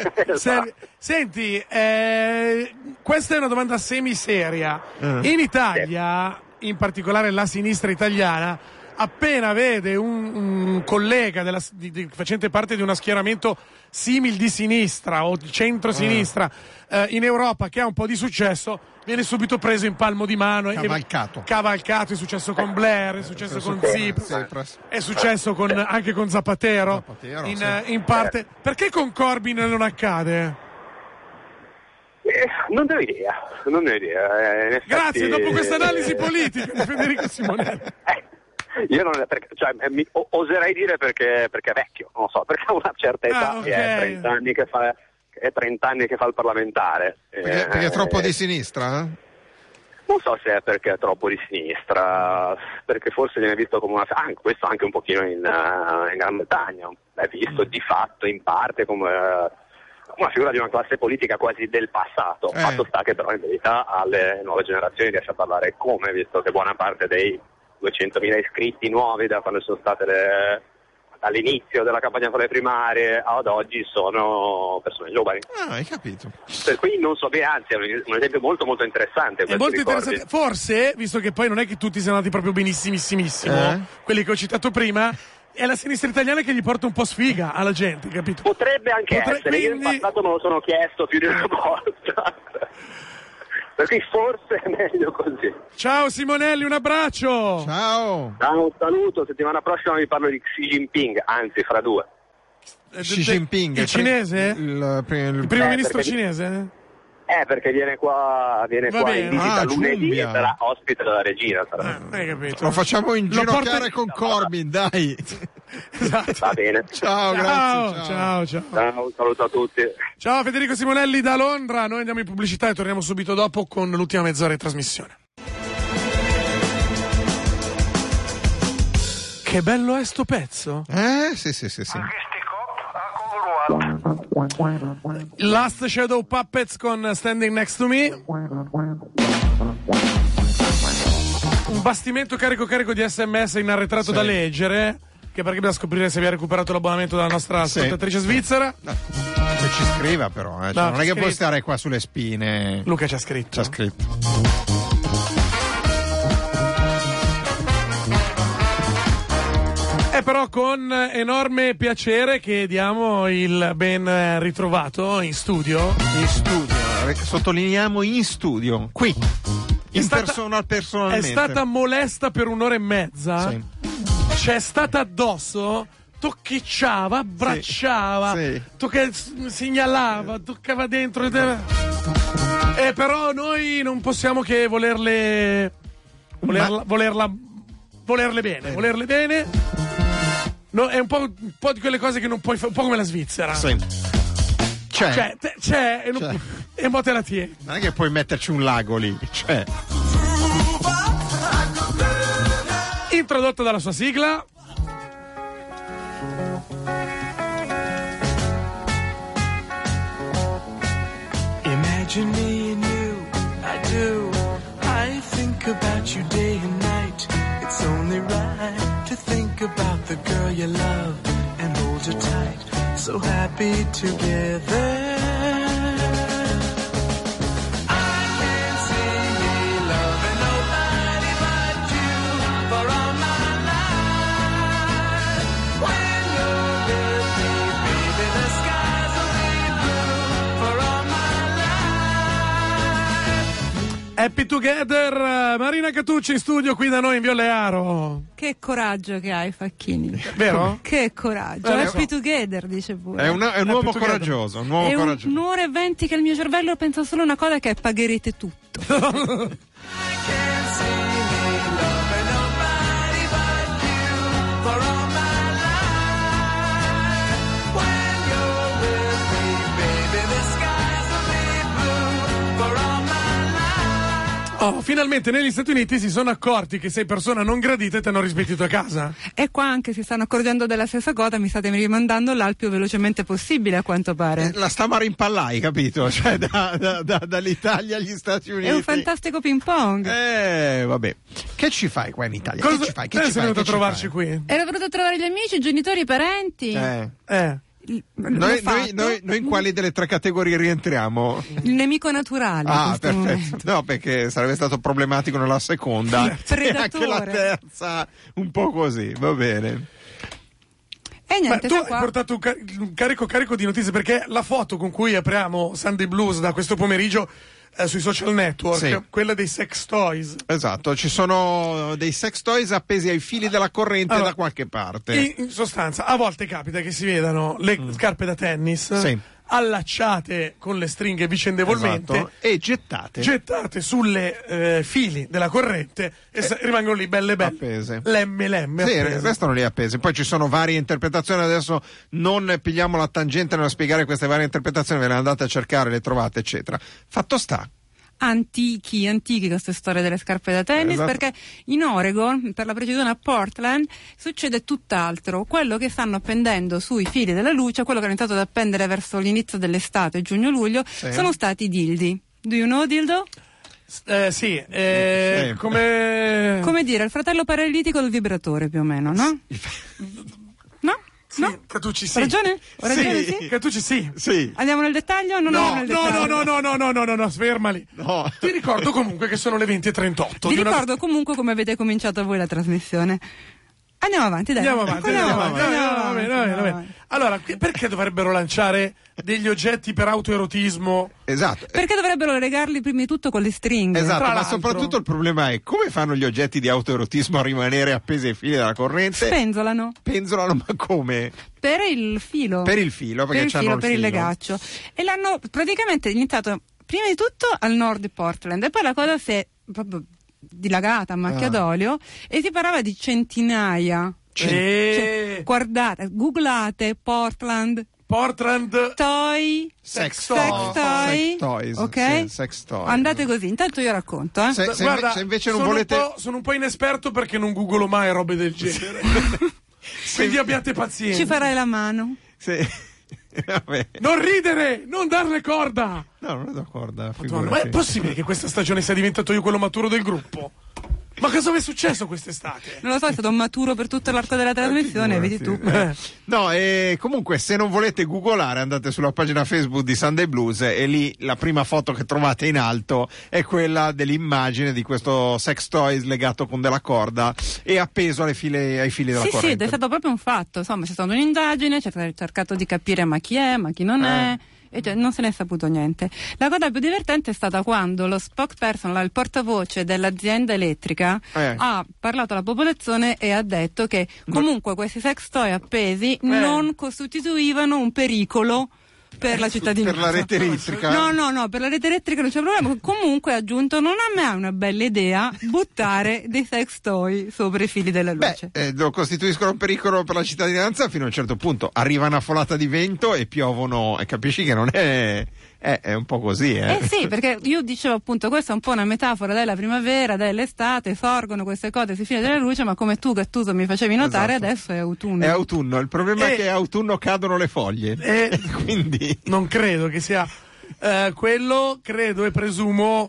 Senti, questa è una domanda semiseria. In Italia, in particolare la sinistra italiana, appena vede un collega facente parte di uno schieramento simil di sinistra o di centro-sinistra in Europa che ha un po' di successo, viene subito preso in palmo di mano cavalcato. È successo con Blair, è successo con Tsipras, è successo anche con Zapatero in parte. Perché con Corbyn non accade? Non ne ho idea. Grazie, dopo questa analisi politica di Federico Simonelli. Io non oserei dire perché è vecchio, non lo so, perché ha una certa età e è 30 anni che fa il parlamentare. Perché è troppo di sinistra? Non so se è perché è troppo di sinistra, perché forse viene visto come questo anche un pochino in Gran Bretagna, è visto di fatto in parte come una figura di una classe politica quasi del passato. Fatto sta che però in verità alle nuove generazioni riesce a parlare come, visto che buona parte dei 200.000 iscritti nuovi da quando sono state all'inizio della campagna per le primarie ad oggi sono persone giovani. Hai capito. Per cui non so bene, anzi è un esempio molto molto interessante. È molto interessante. Forse, visto che poi non è che tutti siano andati proprio benissimissimo, quelli che ho citato prima, è la sinistra italiana che gli porta un po' sfiga alla gente, capito? Potrebbe anche essere, quindi... io in passato me lo sono chiesto più di una volta. Per cui forse è meglio così. Ciao Simonelli, un abbraccio. Ciao, un saluto. Settimana prossima vi parlo di Xi Jinping, anzi fra 2. Xi Jinping, il cinese? Il primo ministro cinese? Perché viene qua in visita lunedì e sarà ospite della regina. Hai capito? Lo facciamo inginocchiare con Corbyn, dai. Esatto. Va bene. Ciao, grazie. Ciao. Un saluto a tutti. Ciao Federico Simonelli da Londra. Noi andiamo in pubblicità e torniamo subito dopo con l'ultima mezz'ora di trasmissione. Che bello è sto pezzo? Sì. Last Shadow Puppets con Standing Next to Me. Un bastimento carico di SMS in arretrato da leggere, che perché bisogna scoprire se vi ha recuperato l'abbonamento dalla nostra ascoltatrice svizzera. Che ci scriva però, non è che puoi stare qua sulle spine. Luca ci ha scritto. È però con enorme piacere che diamo il ben ritrovato in studio. Sottolineiamo in studio, qui. Personalmente. È stata molesta per 1 ora e mezza. Sì. C'è stata addosso, tocchicciava, abbracciava, segnalava, toccava dentro. E però noi non possiamo che volerle bene. No, è un po' di quelle cose che non puoi fare, un po' come la Svizzera. Sì. C'è e mo te la tieni. Non è che puoi metterci un lago lì, Introdotto dalla sua sigla. Imagine me and you, I do. I think about you day and night. It's only right to think about the girl you love and hold her tight. So happy together. I can see me loving nobody. Happy Together, Marina Catucci in studio qui da noi in Via Learo. Che coraggio che hai, Facchini. Vero? Che coraggio. Happy Together, dice pure. È un uomo coraggioso, un uomo coraggioso. Un'ora e 20 che il mio cervello pensa solo una cosa, che è pagherete tutto. Oh, finalmente negli Stati Uniti si sono accorti che sei persona non gradita e ti hanno rispedito a casa. E qua anche si stanno accorgendo della stessa cosa, mi state rimandando là il più velocemente possibile, a quanto pare. La stiamo a rimpallare, capito? Cioè dall'Italia agli Stati Uniti. È un fantastico ping pong. Vabbè. Che ci fai qua in Italia? Che ci fai? Sei venuto a trovarci qui? Ero venuto a trovare gli amici, i genitori, i parenti. Noi in quali delle tre categorie rientriamo? Il nemico naturale. Perfetto. Momento. No, perché sarebbe stato problematico nella seconda. E anche la terza, un po' così, va bene. E niente, tu hai portato un carico di notizie, perché la foto con cui apriamo Sunday Blues da questo pomeriggio sui social network, quella dei sex toys. Esatto, ci sono dei sex toys appesi ai fili della corrente da qualche parte. In sostanza, a volte capita che si vedano le scarpe da tennis allacciate con le stringhe vicendevolmente e gettate sulle fili della corrente e rimangono lì belle appese. Lemme sì, appese. Restano lì appese. Poi ci sono varie interpretazioni, adesso non pigliamo la tangente nello spiegare queste varie interpretazioni, ve le andate a cercare, le trovate eccetera. Fatto sta antichi queste storie delle scarpe da tennis, perché in Oregon, per la precisione a Portland, succede tutt'altro. Quello che stanno appendendo sui fili della luce, quello che hanno iniziato ad appendere verso l'inizio dell'estate, giugno-luglio, sono stati i dildi. Do you know dildo? Sì. Come dire, il fratello paralitico del vibratore, più o meno, no? No? Sì, no? Catucci sì. Ho ragione? Sì? Catucci sì. Andiamo nel dettaglio o non andiamo nel dettaglio? No, fermali. No. Ti ricordo comunque che sono le 20:38. Vi ricordo comunque come avete cominciato voi la trasmissione. Andiamo avanti, dai. Andiamo avanti. Allora, perché dovrebbero lanciare degli oggetti per autoerotismo? Esatto. Perché dovrebbero legarli prima di tutto con le stringhe? Esatto, ma soprattutto il problema è come fanno gli oggetti di autoerotismo a rimanere appesi ai fili della corrente? Penzolano, ma come? Per il filo. Per il filo, perché per il legaccio. E l'hanno praticamente iniziato prima di tutto al nord di Portland, e poi la cosa si è proprio dilagata a macchia d'olio, e si parlava di centinaia. Cioè, guardate, googlate Portland toy, sex toys, ok? Sì, sex toy. Andate così, intanto io racconto. Guarda, se invece non volete, sono un po' inesperto perché non googlo mai robe del genere. Quindi abbiate pazienza. Ci farai la mano. Sì. Vabbè. Non ridere, non darle corda. No, non do corda. Ma è possibile che questa stagione sia diventato io quello maturo del gruppo? Ma cosa vi è successo quest'estate? Non lo so, è stato maturo per tutto l'arco della trasmissione, vedi tu. No, e comunque se non volete googolare, andate sulla pagina Facebook di Sunday Blues, e lì la prima foto che trovate in alto è quella dell'immagine di questo sex toy legato con della corda e appeso ai fili della corrente. Sì, ed è stato proprio un fatto. Insomma, c'è stata un'indagine, c'è cercato di capire ma chi è, ma chi non è. E cioè, non se ne è saputo niente. La cosa più divertente è stata quando lo spokesperson, il portavoce dell'azienda elettrica, ha parlato alla popolazione e ha detto che comunque questi sex toy appesi non costituivano un pericolo per la cittadinanza. Per la rete elettrica? No, per la rete elettrica non c'è problema. Comunque ha aggiunto: non a me è una bella idea buttare dei sex toy sopra i fili della luce. Lo costituiscono un pericolo per la cittadinanza fino a un certo punto. Arriva una folata di vento e piovono, e capisci che non è un po' così, sì, perché io dicevo appunto, questa è un po' una metafora della primavera, dell'estate, sorgono queste cose sui fili della luce, ma come tu, Gattuso, mi facevi notare, adesso è autunno. È autunno, il problema è che autunno cadono le foglie. Quindi non credo che sia quello, credo e presumo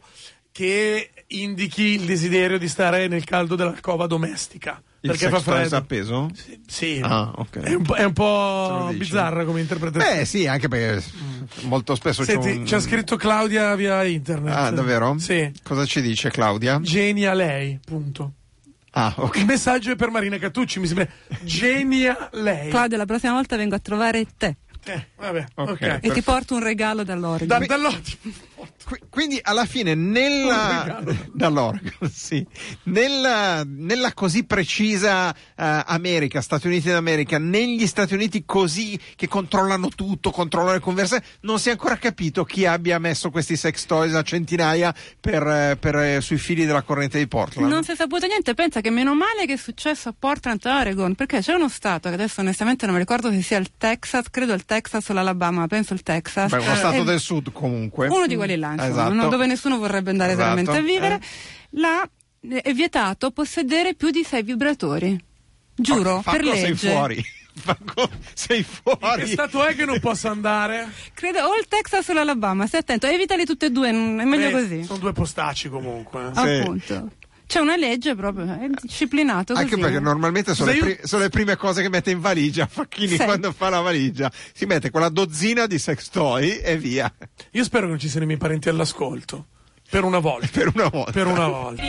che indichi il desiderio di stare nel caldo dell'alcova domestica. Perché fa freddo. È appeso? Sì. Okay. È un po' bizzarra come interpretazione. Sì, anche perché molto spesso c'è scritto Claudia via internet. Ah, davvero? Sì. Cosa ci dice Claudia? Genia lei, punto. Ok. Il messaggio è per Marina Catucci, mi sembra. Genia lei. Claudia, la prossima volta vengo a trovare te. Vabbè, ok. E ti porto un regalo dall'Oregon. Quindi alla fine dall'Oregon, sì, nella così precisa America, Stati Uniti d'America, negli Stati Uniti così che controllano tutto, controllano le conversazioni, non si è ancora capito chi abbia messo questi sex toys a centinaia sui fili della corrente di Portland. Non si è saputo niente, pensa che meno male che è successo a Portland, Oregon, perché c'è uno stato che adesso onestamente non mi ricordo se sia il Texas, credo il Texas o l'Alabama, penso il Texas. Beh, uno stato del sud comunque. Uno di quelli là, insomma, esatto. Dove nessuno vorrebbe andare veramente a vivere. Là è vietato possedere più di 6 vibratori. Giuro, per legge. Sei fuori. Sei fuori. Che stato è che non possa andare? Credo o il Texas o l'Alabama, stai attento, evitali tutte e due, è meglio così. Sono due postacci comunque. Sì. Appunto. C'è una legge proprio, è disciplinato così. Anche perché normalmente sono le prime cose che mette in valigia Facchini quando fa la valigia. Si mette quella dozzina di sex toy e via. Io spero che non ci siano i miei parenti all'ascolto. Per una volta. Per una volta.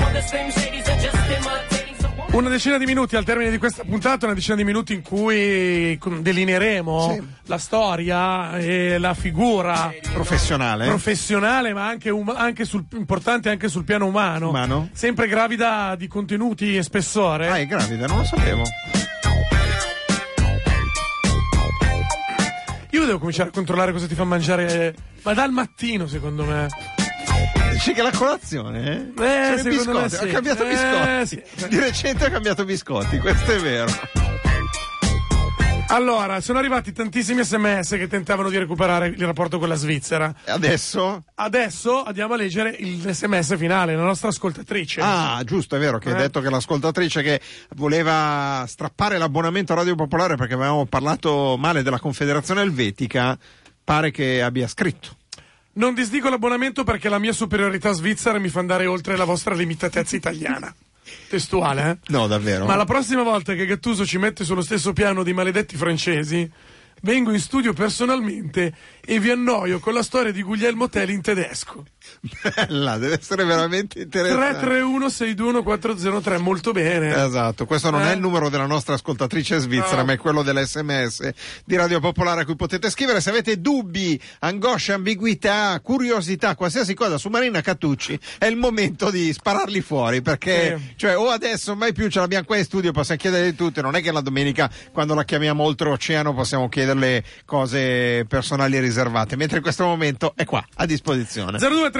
Una decina di minuti al termine di questa puntata, una decina di minuti in cui delineeremo la storia e la figura professionale, ma anche importante anche sul piano umano. Sempre gravida di contenuti e spessore. Ah, è gravida, non lo sapevo. Io devo cominciare a controllare cosa ti fa mangiare, ma dal mattino secondo me. Dici che la colazione? Secondo me sì. Ha cambiato biscotti. Sì. Di recente ha cambiato biscotti, questo è vero. Allora, sono arrivati tantissimi SMS che tentavano di recuperare il rapporto con la Svizzera. Adesso andiamo a leggere il SMS finale, la nostra ascoltatrice. Ah, giusto, è vero che hai detto che l'ascoltatrice che voleva strappare l'abbonamento a Radio Popolare perché avevamo parlato male della Confederazione Elvetica, pare che abbia scritto. Non disdico l'abbonamento perché la mia superiorità svizzera mi fa andare oltre la vostra limitatezza italiana. Testuale, eh? No, davvero. Ma la prossima volta che Gattuso ci mette sullo stesso piano dei maledetti francesi, vengo in studio personalmente e vi annoio con la storia di Guglielmo Tell in tedesco. Bella, deve essere veramente interessante. 331-621-403, molto bene. Esatto, questo non è il numero della nostra ascoltatrice svizzera, ma è quello dell'SMS di Radio Popolare a cui potete scrivere se avete dubbi, angosce, ambiguità, curiosità, qualsiasi cosa su Marina Cattucci. È il momento di spararli fuori, perché cioè o adesso mai più ce l'abbiamo qua in studio, possiamo chiedere di tutto. Non è che la domenica quando la chiamiamo oltreoceano possiamo chiederle cose personali e riservate, mentre in questo momento è qua a disposizione.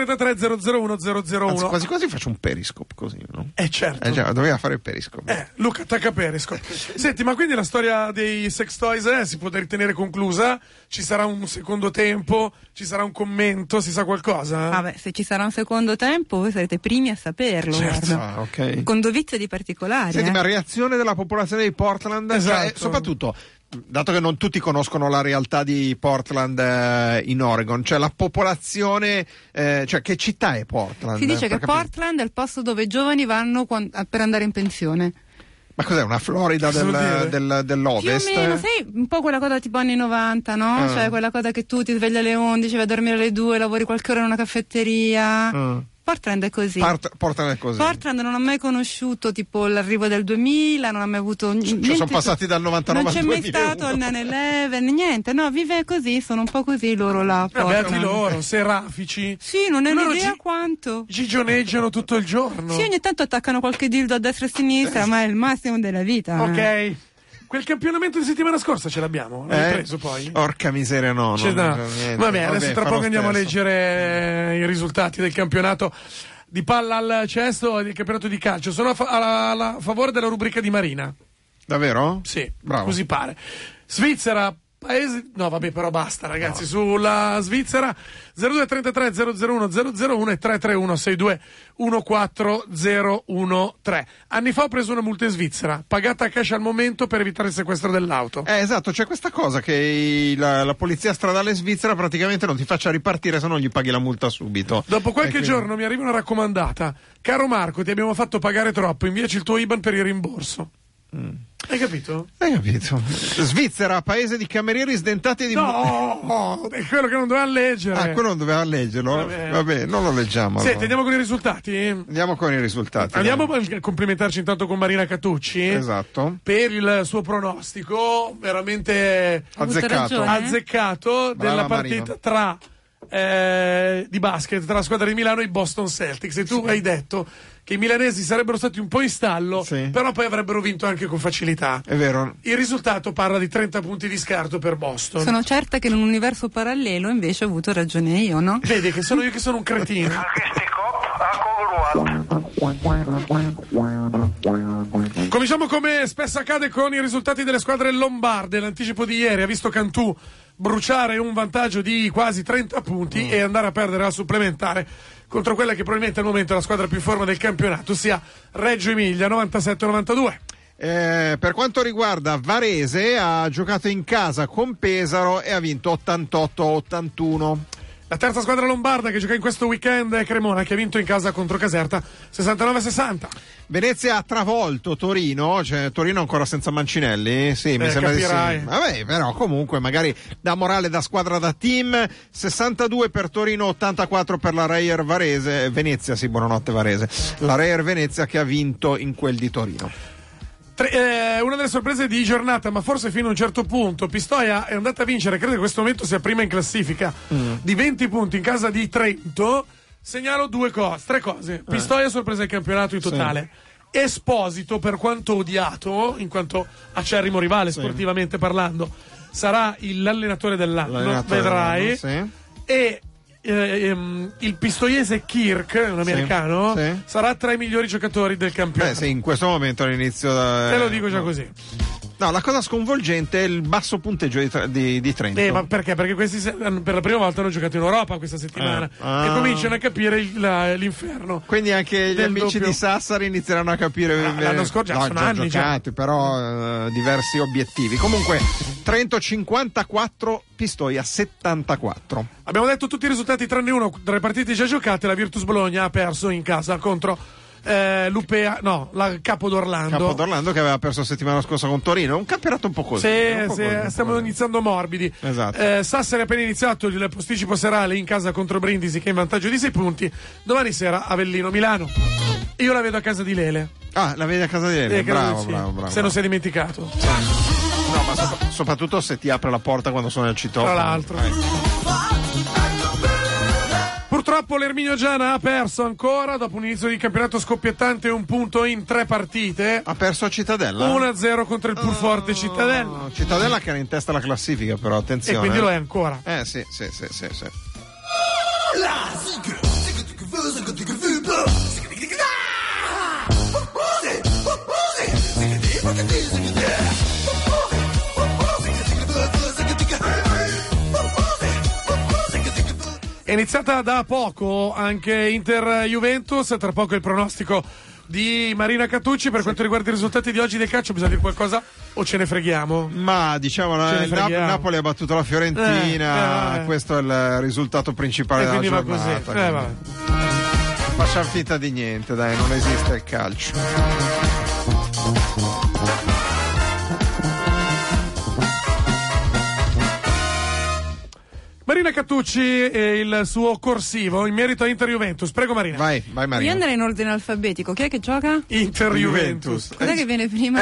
0233-001-001. Anzi, quasi quasi faccio un periscope così, no? Certo. Già, doveva fare il periscope. Luca, attacca periscope. Senti, ma quindi la storia dei sex toys si può ritenere conclusa? Ci sarà un secondo tempo? Ci sarà un commento? Si sa qualcosa? Vabbè, se ci sarà un secondo tempo voi sarete i primi a saperlo. Certo. Guarda. Ok. Con dovizia di particolari. Senti, ma reazione della popolazione di Portland? Esatto. Cioè, soprattutto, dato che non tutti conoscono la realtà di Portland in Oregon, cioè la popolazione, cioè che città è Portland? Si dice che Portland è il posto dove i giovani vanno per andare in pensione. Ma cos'è, una Florida dell'Ovest? Più o meno, sai, un po' quella cosa tipo anni 90, no? Cioè quella cosa che tu ti svegli alle 11, vai a dormire alle 2, lavori qualche ora in una caffetteria. Portland è così. Portland è così. Portland non ha mai conosciuto tipo l'arrivo del 2000, non ha mai avuto niente. Sono passati dal 99 al 2001. Non c'è mai stato il 9/11, niente, no, vive così, sono un po' così loro là. Beati loro, serafici. Sì, non hai un'idea quanto. Gigioneggiano tutto il giorno. Sì, ogni tanto attaccano qualche dildo a destra e a sinistra, ma è il massimo della vita. Ok. Quel campionamento di settimana scorsa ce l'abbiamo? L'hai preso poi? Porca miseria, no. Vabbè, adesso tra poco andiamo a leggere i risultati del campionato di palla al cesto e del campionato di calcio. Sono a favore della rubrica di Marina. Davvero? Sì, bravo. Così pare. Svizzera, paese... No, vabbè, però basta, ragazzi. No. Sulla Svizzera 0233 001 001 e 331 62 14013. Anni fa ho preso una multa in Svizzera, pagata a cash al momento per evitare il sequestro dell'auto. Esatto, c'è questa cosa che la polizia stradale svizzera praticamente non ti faccia ripartire se non gli paghi la multa subito. Dopo qualche giorno mi arriva una raccomandata: caro Marco, ti abbiamo fatto pagare troppo, inviaci il tuo IBAN per il rimborso. Hai capito? Hai capito. Svizzera, paese di camerieri sdentati di... No, è quello che non doveva leggere. Ah, quello non doveva leggerlo? Vabbè, non lo leggiamo. Senti, andiamo con i risultati? Andiamo con i risultati. Andiamo a complimentarci intanto con Marina Cattucci. Esatto. Per il suo pronostico veramente azzeccato della partita tra di basket tra la squadra di Milano e i Boston Celtics, e tu hai detto che i milanesi sarebbero stati un po' in stallo, però poi avrebbero vinto anche con facilità. È vero. Il risultato parla di 30 punti di scarto per Boston. Sono certa che in un universo parallelo invece ho avuto ragione io, no? Vedi che sono io che sono un cretino. Cominciamo come spesso accade con i risultati delle squadre lombarde. L'anticipo di ieri ha visto Cantù bruciare un vantaggio di quasi 30 punti e andare a perdere al supplementare contro quella che probabilmente al momento è la squadra più in forma del campionato, ossia Reggio Emilia 97-92. Per quanto riguarda Varese, ha giocato in casa con Pesaro e ha vinto 88-81. La terza squadra lombarda che gioca in questo weekend è Cremona, che ha vinto in casa contro Caserta 69-60. Venezia ha travolto Torino, cioè Torino ancora senza Mancinelli? Sì, mi sembra capirai. di sì. Vabbè, però comunque magari da morale da squadra da team. 62 per Torino, 84 per la Reyer Varese, Venezia, sì, buonanotte Varese. La Reyer Venezia che ha vinto in quel di Torino. Una delle sorprese di giornata, ma forse fino a un certo punto, Pistoia è andata a vincere, credo che in questo momento sia prima in classifica, di 20 punti in casa di Trento. Segnalo tre cose. Pistoia sorpresa del campionato in totale. Sì. Esposito, per quanto odiato, in quanto acerrimo rivale sportivamente parlando, sarà l'allenatore dell'anno, vedrai. E il pistoiese Kirk, un americano, sarà tra i migliori giocatori del campionato. Sì, in questo momento all'inizio te lo dico già così. No, la cosa sconvolgente è il basso punteggio di Trento. Ma perché? Perché questi per la prima volta hanno giocato in Europa questa settimana e cominciano a capire l'inferno. Quindi anche gli amici di Sassari inizieranno a capire. L'anno scorso sono anni giocati, però diversi obiettivi. Comunque Trento 54, Pistoia 74. Abbiamo detto tutti i risultati tranne uno tra le partite già giocate. La Virtus Bologna ha perso in casa contro la Capo d'Orlando che aveva perso la settimana scorsa con Torino. Un campionato un po' così. Stiamo iniziando morbidi. Esatto. Sassari ha appena iniziato il posticipo serale in casa contro Brindisi, che è in vantaggio di 6 punti. Domani sera Avellino Milano. Io la vedo a casa di Lele. Ah, la vedi a casa di Lele? Bravo. Se non si è dimenticato. No, ma soprattutto se ti apre la porta quando sono nel citofono. Tra l'altro. Purtroppo l'Erminio Giana ha perso ancora dopo un inizio di campionato scoppiettante, 1 punto in 3 partite. Ha perso a Cittadella? 1-0 contro il Purforte Cittadella. Cittadella che era in testa alla classifica, però attenzione. E quindi lo è ancora. Sì. È iniziata da poco anche Inter-Juventus, tra poco il pronostico di Marina Cattucci. Per quanto riguarda i risultati di oggi del calcio, bisogna dire qualcosa o ce ne freghiamo? Ma diciamo Napoli ha battuto la Fiorentina, questo è il risultato principale della giornata. Va facciamo finta di niente, dai, non esiste il calcio. Marina Cattucci e il suo corsivo in merito a Inter-Juventus. Prego Marina. Vai Marina. Io andrei in ordine alfabetico. Chi è che gioca? Inter-Juventus. Cos'è che viene prima?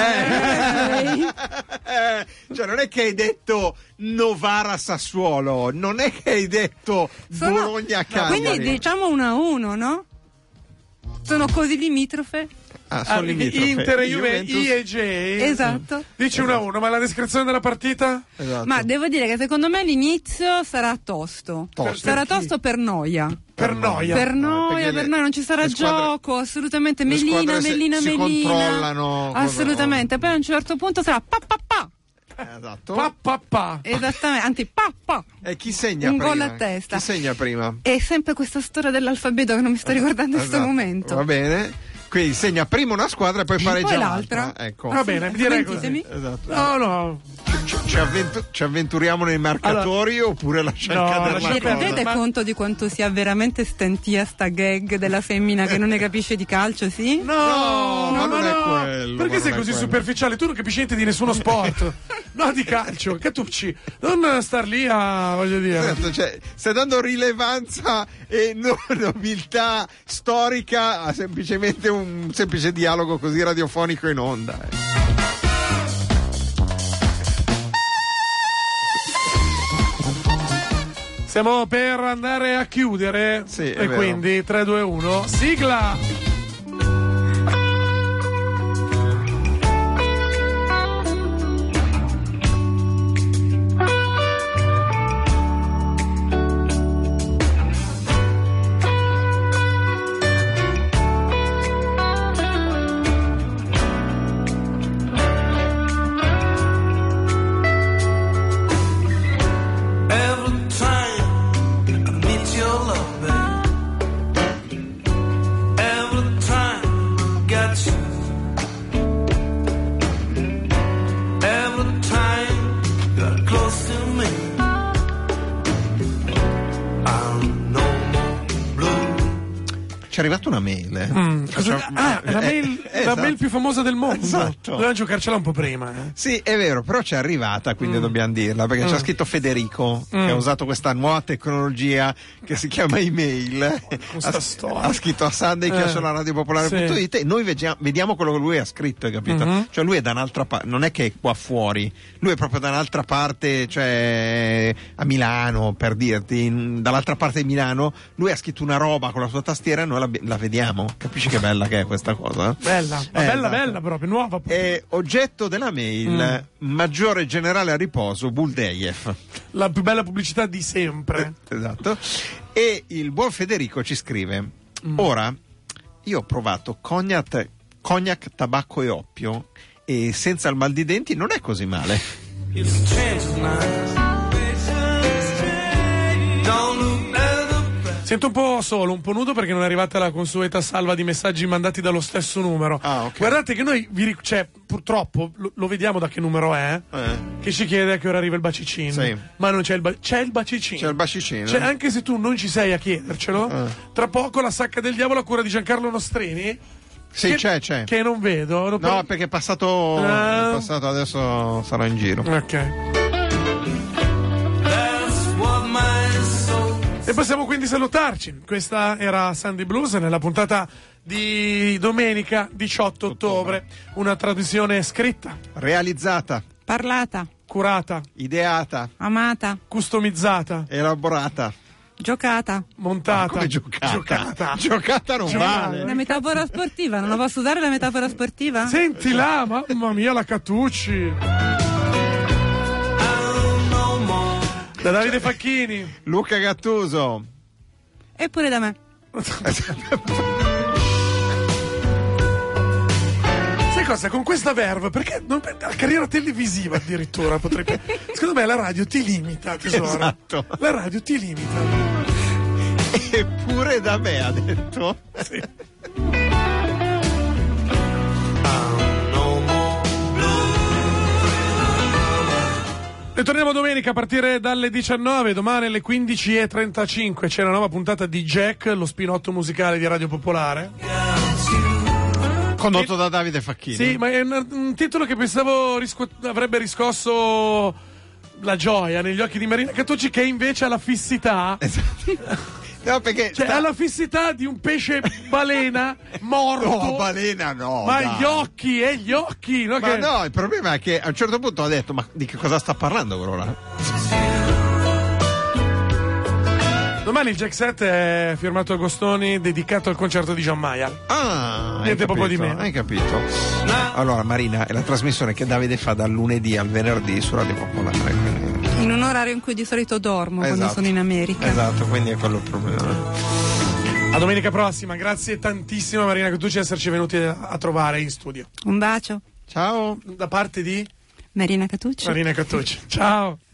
Cioè non è che hai detto Novara-Sassuolo, non è che hai detto Bologna-Cagliari. Quindi diciamo 1-1, no? Sono così limitrofe. Sono Inter e Juventus, I e J. Esatto. Dici 1-1, ma la descrizione della partita? Esatto. Ma devo dire che secondo me l'inizio sarà tosto. Sarà tosto per noia. Per noia. Per noia, non ci sarà gioco, assolutamente. Mellina. Si controllano. Assolutamente. Poi a un certo punto sarà pa. Esatto. Pa. Esattamente, anzi pa. E chi segna un prima? gol a testa. Chi segna prima? È sempre questa storia dell'alfabeto che non mi sto ricordando in questo momento. Va bene. Quindi segna prima una squadra e poi pareggia l'altra. Ecco. Va bene, direi così. Esatto. No. Ci avventuriamo nei marcatori oppure lasciamo cadere la Vi rendete conto di quanto sia veramente stantia sta gag della femmina che non ne capisce di calcio, sì? No, ma non è quello. Perché sei così superficiale? Tu non capisci niente di nessuno sport. No, di calcio, Cattucci. Non star lì a, voglio dire. Certo, cioè, stai dando rilevanza e nobiltà storica a semplicemente un semplice dialogo così radiofonico in onda. Siamo per andare a chiudere. Sì, è e vero. quindi 3, 2, 1, sigla! Ci è arrivata una mail. La mail più famosa del mondo. Esatto. Dovevamo giocarcela un po' prima. Sì, è vero, però ci è arrivata, quindi dobbiamo dirla, perché c'è scritto Federico, che ha usato questa nuova tecnologia che si chiama email. Ha scritto a sunday@radiopopolare.it e noi vediamo quello che lui ha scritto, hai capito? Cioè lui è da un'altra parte, non è che è qua fuori, lui è proprio da un'altra parte, cioè a Milano, per dirti, dall'altra parte di Milano, lui ha scritto una roba con la sua tastiera e noi la vediamo. Capisci che bella che è questa cosa? Bella, bella proprio, nuova. Oggetto della mail, maggiore generale a riposo Buldeiev. La più bella pubblicità di sempre. Esatto. E il buon Federico ci scrive: ora io ho provato cognac, tabacco e oppio e senza il mal di denti non è così male. Sento un po' solo, un po' nudo perché non è arrivata la consueta salva di messaggi mandati dallo stesso numero. Okay. Guardate che noi purtroppo lo vediamo da che numero è, che ci chiede a che ora arriva il bacicino. Sì. Ma non c'è il bacicino. C'è il bacicino. Cioè, anche se tu non ci sei a chiedercelo, tra poco la sacca del diavolo a cura di Giancarlo Nostrini. Sì, c'è. Che non vedo. No, perché è passato, adesso sarà in giro. Ok. E possiamo quindi salutarci. Questa era Sunday Blues nella puntata di domenica 18 ottobre. Una trasmissione scritta, realizzata, parlata, curata, ideata, amata, customizzata, elaborata, giocata, montata. Come giocata? Giocata non vale. La metafora sportiva, non la posso usare la metafora sportiva? Sentila, mamma mia, la Catucci. Da Davide Facchini, Luca Gattuso. Eppure da me. Sai cosa? Con questa verve, perché la carriera televisiva addirittura potrebbe. Secondo me la radio ti limita, tesoro. Esatto. La radio ti limita. Eppure da me, ha detto. Sì. Ritorniamo domenica a partire dalle 19, domani alle 15:35 c'è una nuova puntata di Jack, lo spinotto musicale di Radio Popolare. Condotto da Davide Facchini. Sì, ma è un titolo che pensavo avrebbe riscosso la gioia negli occhi di Marina Catucci, che invece ha la fissità. Esatto. No, perché ha la fissità di un pesce balena morto. No, balena no. Ma dai. gli occhi. No, ma no, il problema è che a un certo punto ha detto: ma di che cosa sta parlando quello là? Domani il Jack Set è firmato Agostoni, dedicato al concerto di Gian Maial. Niente proprio di me. Hai capito? Allora, Marina, è la trasmissione che Davide fa dal lunedì al venerdì su Radio Popolare. Quindi... in un orario in cui di solito dormo, quando sono in America. Esatto, quindi è quello il problema. A domenica prossima, grazie tantissimo Marina Catucci di esserci venuti a trovare in studio. Un bacio. Ciao. Da parte di Marina Catucci. Marina Catucci. Ciao.